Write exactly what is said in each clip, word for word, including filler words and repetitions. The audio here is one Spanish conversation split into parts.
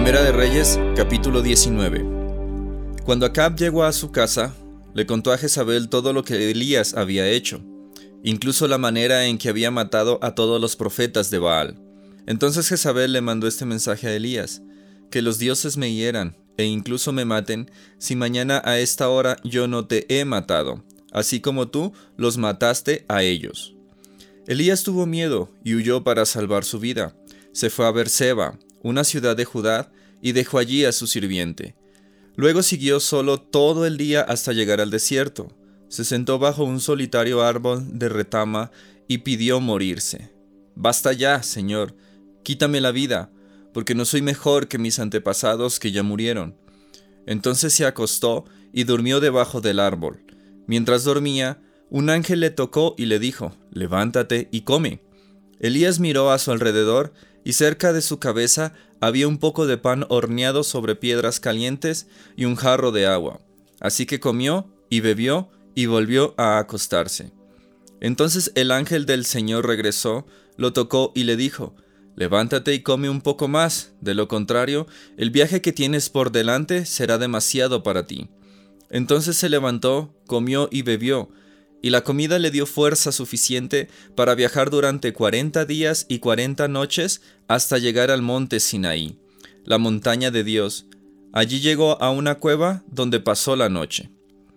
Primera de Reyes, capítulo diecinueve. Cuando Acab llegó a su casa, le contó a Jezabel todo lo que Elías había hecho, incluso la manera en que había matado a todos los profetas de Baal. Entonces Jezabel le mandó este mensaje a Elías: que los dioses me hieran, e incluso me maten, si mañana a esta hora yo no te he matado, así como tú los mataste a ellos. Elías tuvo miedo y huyó para salvar su vida. Se fue a Beerseba, una ciudad de Judá, y dejó allí a su sirviente. Luego siguió solo todo el día hasta llegar al desierto. Se sentó bajo un solitario árbol de retama y pidió morirse. «Basta ya, Señor, quítame la vida, porque no soy mejor que mis antepasados que ya murieron». Entonces se acostó y durmió debajo del árbol. Mientras dormía, un ángel le tocó y le dijo: «Levántate y come». Elías miró a su alrededor, y cerca de su cabeza había un poco de pan horneado sobre piedras calientes y un jarro de agua. Así que comió y bebió y volvió a acostarse. Entonces el ángel del Señor regresó, lo tocó y le dijo: «Levántate y come un poco más, de lo contrario, el viaje que tienes por delante será demasiado para ti». Entonces se levantó, comió y bebió, y la comida le dio fuerza suficiente para viajar durante cuarenta días y cuarenta noches hasta llegar al monte Sinaí, la montaña de Dios. Allí llegó a una cueva donde pasó la noche.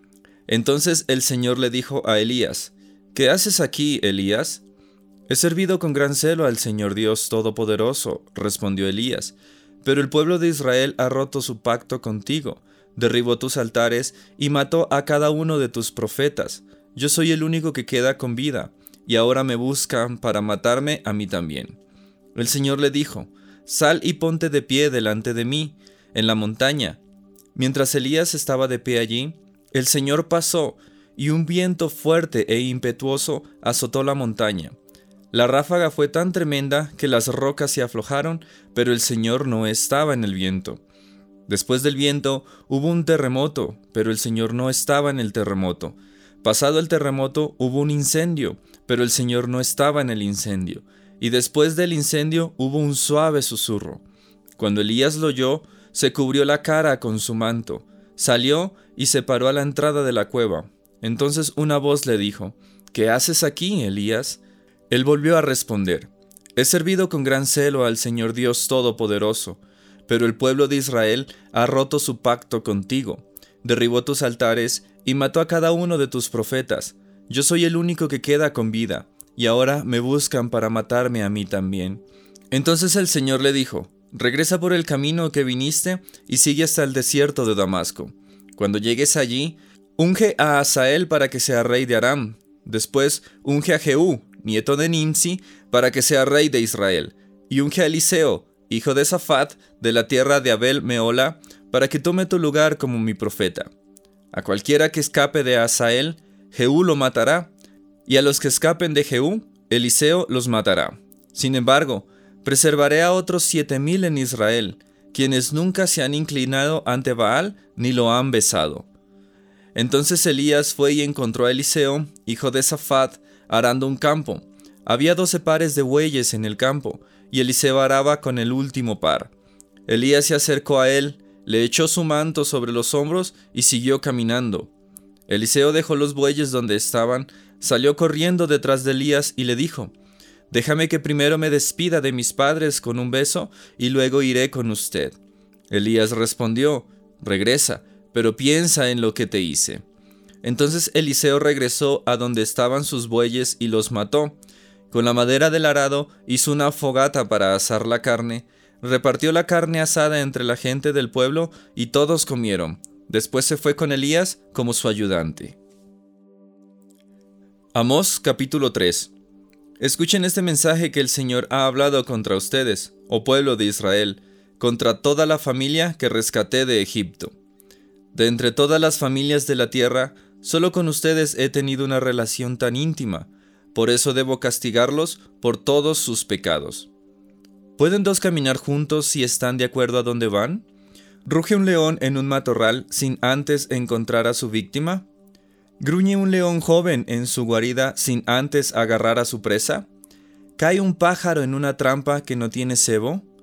Entonces el Señor le dijo a Elías: «¿Qué haces aquí, Elías?» «He servido con gran celo al Señor Dios Todopoderoso», respondió Elías, «pero el pueblo de Israel ha roto su pacto contigo, derribó tus altares y mató a cada uno de tus profetas. Yo soy el único que queda con vida, y ahora me buscan para matarme a mí también». El Señor le dijo: «Sal y ponte de pie delante de mí, en la montaña». Mientras Elías estaba de pie allí, el Señor pasó, y un viento fuerte e impetuoso azotó la montaña. La ráfaga fue tan tremenda que las rocas se aflojaron, pero el Señor no estaba en el viento. Después del viento hubo un terremoto, pero el Señor no estaba en el terremoto. Pasado el terremoto hubo un incendio, pero el Señor no estaba en el incendio. Y después del incendio hubo un suave susurro. Cuando Elías lo oyó, se cubrió la cara con su manto, salió y se paró a la entrada de la cueva. Entonces una voz le dijo: «¿Qué haces aquí, Elías?» Él volvió a responder: «He servido con gran celo al Señor Dios Todopoderoso, pero el pueblo de Israel ha roto su pacto contigo, derribó tus altares y mató a cada uno de tus profetas. Yo soy el único que queda con vida, y ahora me buscan para matarme a mí también». Entonces el Señor le dijo: «Regresa por el camino que viniste y sigue hasta el desierto de Damasco. Cuando llegues allí, unge a Hazael para que sea rey de Aram. Después unge a Jehú, nieto de Nimsi, para que sea rey de Israel. Y unge a Eliseo, hijo de Safat, de la tierra de Abel Meola, para que tome tu lugar como mi profeta. A cualquiera que escape de Hazael, Jehú lo matará, y a los que escapen de Jehú, Eliseo los matará. Sin embargo, preservaré a otros siete mil en Israel, quienes nunca se han inclinado ante Baal ni lo han besado». Entonces Elías fue y encontró a Eliseo, hijo de Safat, arando un campo. Había doce pares de bueyes en el campo, y Eliseo araba con el último par. Elías se acercó a él, le echó su manto sobre los hombros y siguió caminando. Eliseo dejó los bueyes donde estaban, salió corriendo detrás de Elías y le dijo: «Déjame que primero me despida de mis padres con un beso y luego iré con usted». Elías respondió: «Regresa, pero piensa en lo que te hice». Entonces Eliseo regresó a donde estaban sus bueyes y los mató. Con la madera del arado hizo una fogata para asar la carne, repartió la carne asada entre la gente del pueblo y todos comieron. Después se fue con Elías como su ayudante. Amós capítulo tres. Escuchen este mensaje que el Señor ha hablado contra ustedes, oh pueblo de Israel, contra toda la familia que rescaté de Egipto. De entre todas las familias de la tierra, solo con ustedes he tenido una relación tan íntima, por eso debo castigarlos por todos sus pecados. ¿Pueden dos caminar juntos si están de acuerdo a dónde van? ¿Ruge un león en un matorral sin antes encontrar a su víctima? ¿Gruñe un león joven en su guarida sin antes agarrar a su presa? ¿Cae un pájaro en una trampa que no tiene cebo?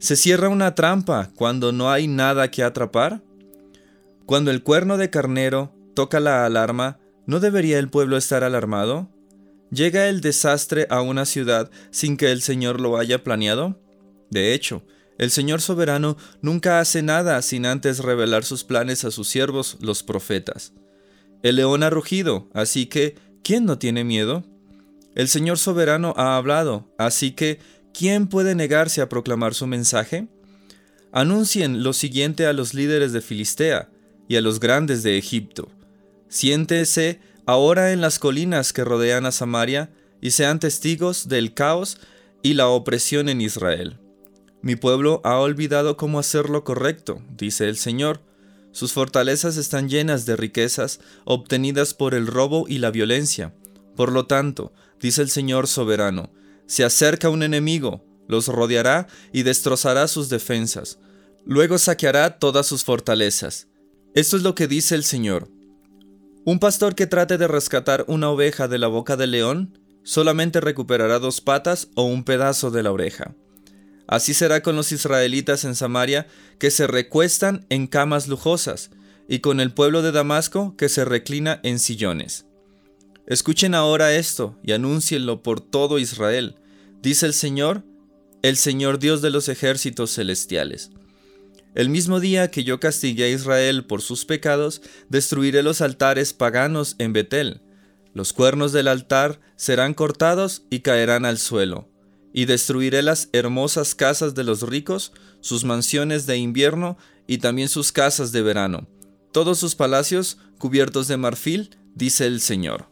¿Se cierra una trampa cuando no hay nada que atrapar? Cuando el cuerno de carnero toca la alarma, ¿no debería el pueblo estar alarmado? ¿Llega el desastre a una ciudad sin que el Señor lo haya planeado? De hecho, el Señor soberano nunca hace nada sin antes revelar sus planes a sus siervos, los profetas. El león ha rugido, así que, ¿quién no tiene miedo? El Señor soberano ha hablado, así que, ¿quién puede negarse a proclamar su mensaje? Anuncien lo siguiente a los líderes de Filistea y a los grandes de Egipto. Siéntese ahora en las colinas que rodean a Samaria y sean testigos del caos y la opresión en Israel. Mi pueblo ha olvidado cómo hacer lo correcto, dice el Señor. Sus fortalezas están llenas de riquezas obtenidas por el robo y la violencia. Por lo tanto, dice el Señor soberano, se acerca un enemigo, los rodeará y destrozará sus defensas. Luego saqueará todas sus fortalezas. Esto es lo que dice el Señor. Un pastor que trate de rescatar una oveja de la boca del león, solamente recuperará dos patas o un pedazo de la oreja. Así será con los israelitas en Samaria, que se recuestan en camas lujosas, y con el pueblo de Damasco, que se reclina en sillones. Escuchen ahora esto, y anúncienlo por todo Israel, dice el Señor, el Señor Dios de los ejércitos celestiales. El mismo día que yo castigué a Israel por sus pecados, destruiré los altares paganos en Betel. Los cuernos del altar serán cortados y caerán al suelo. Y destruiré las hermosas casas de los ricos, sus mansiones de invierno y también sus casas de verano, todos sus palacios cubiertos de marfil, dice el Señor.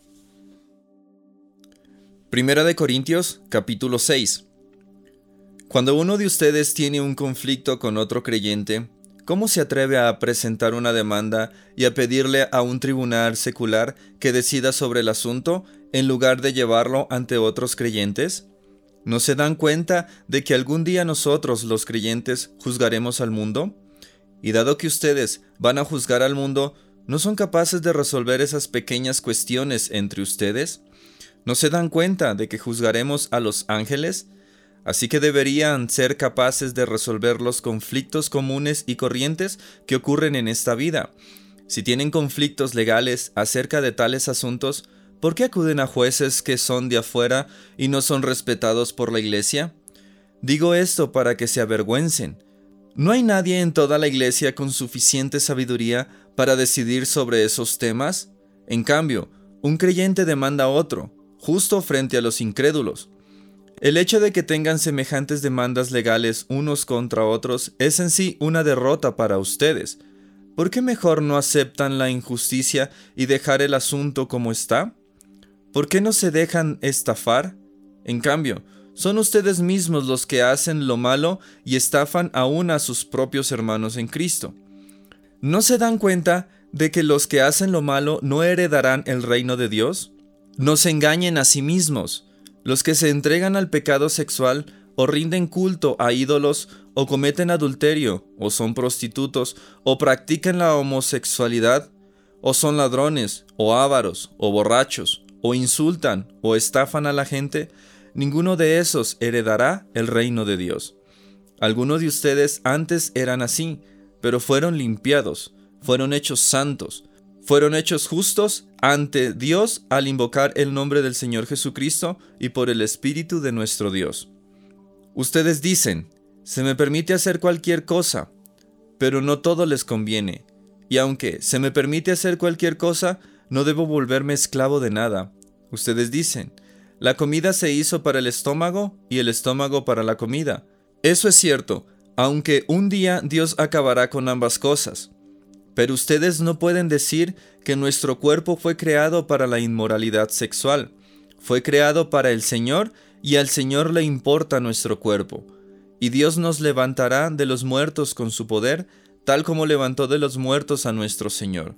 Primera de Corintios, capítulo seis. Cuando uno de ustedes tiene un conflicto con otro creyente, ¿cómo se atreve a presentar una demanda y a pedirle a un tribunal secular que decida sobre el asunto en lugar de llevarlo ante otros creyentes? ¿No se dan cuenta de que algún día nosotros, los creyentes, juzgaremos al mundo? Y dado que ustedes van a juzgar al mundo, ¿no son capaces de resolver esas pequeñas cuestiones entre ustedes? ¿No se dan cuenta de que juzgaremos a los ángeles? Así que deberían ser capaces de resolver los conflictos comunes y corrientes que ocurren en esta vida. Si tienen conflictos legales acerca de tales asuntos, ¿por qué acuden a jueces que son de afuera y no son respetados por la iglesia? Digo esto para que se avergüencen. ¿No hay nadie en toda la iglesia con suficiente sabiduría para decidir sobre esos temas? En cambio, un creyente demanda a otro, justo frente a los incrédulos. El hecho de que tengan semejantes demandas legales unos contra otros es en sí una derrota para ustedes. ¿Por qué mejor no aceptan la injusticia y dejar el asunto como está? ¿Por qué no se dejan estafar? En cambio, son ustedes mismos los que hacen lo malo y estafan aún a sus propios hermanos en Cristo. ¿No se dan cuenta de que los que hacen lo malo no heredarán el reino de Dios? No se engañen a sí mismos. Los que se entregan al pecado sexual o rinden culto a ídolos o cometen adulterio o son prostitutos o practican la homosexualidad o son ladrones o ávaros o borrachos o insultan o estafan a la gente, ninguno de esos heredará el reino de Dios. Algunos de ustedes antes eran así, pero fueron limpiados, fueron hechos santos, fueron hechos justos ante Dios al invocar el nombre del Señor Jesucristo y por el Espíritu de nuestro Dios. Ustedes dicen, se me permite hacer cualquier cosa, pero no todo les conviene, y aunque se me permite hacer cualquier cosa, no debo volverme esclavo de nada. Ustedes dicen, la comida se hizo para el estómago y el estómago para la comida. Eso es cierto, aunque un día Dios acabará con ambas cosas. Pero ustedes no pueden decir que nuestro cuerpo fue creado para la inmoralidad sexual. Fue creado para el Señor y al Señor le importa nuestro cuerpo. Y Dios nos levantará de los muertos con su poder, tal como levantó de los muertos a nuestro Señor.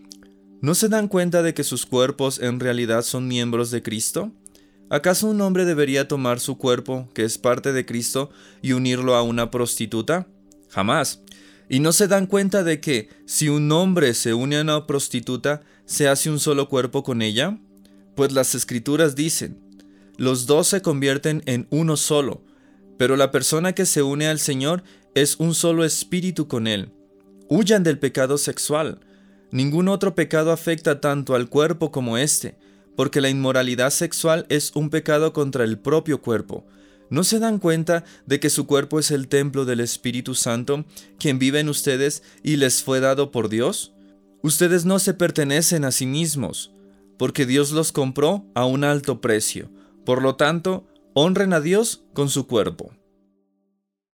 ¿No se dan cuenta de que sus cuerpos en realidad son miembros de Cristo? ¿Acaso un hombre debería tomar su cuerpo, que es parte de Cristo, y unirlo a una prostituta? Jamás. ¿Y no se dan cuenta de que, si un hombre se une a una prostituta, se hace un solo cuerpo con ella? Pues las Escrituras dicen, los dos se convierten en uno solo. Pero la persona que se une al Señor es un solo espíritu con Él. Huyan del pecado sexual. Ningún otro pecado afecta tanto al cuerpo como este, porque la inmoralidad sexual es un pecado contra el propio cuerpo. ¿No se dan cuenta de que su cuerpo es el templo del Espíritu Santo, quien vive en ustedes y les fue dado por Dios? Ustedes no se pertenecen a sí mismos, porque Dios los compró a un alto precio. Por lo tanto, honren a Dios con su cuerpo.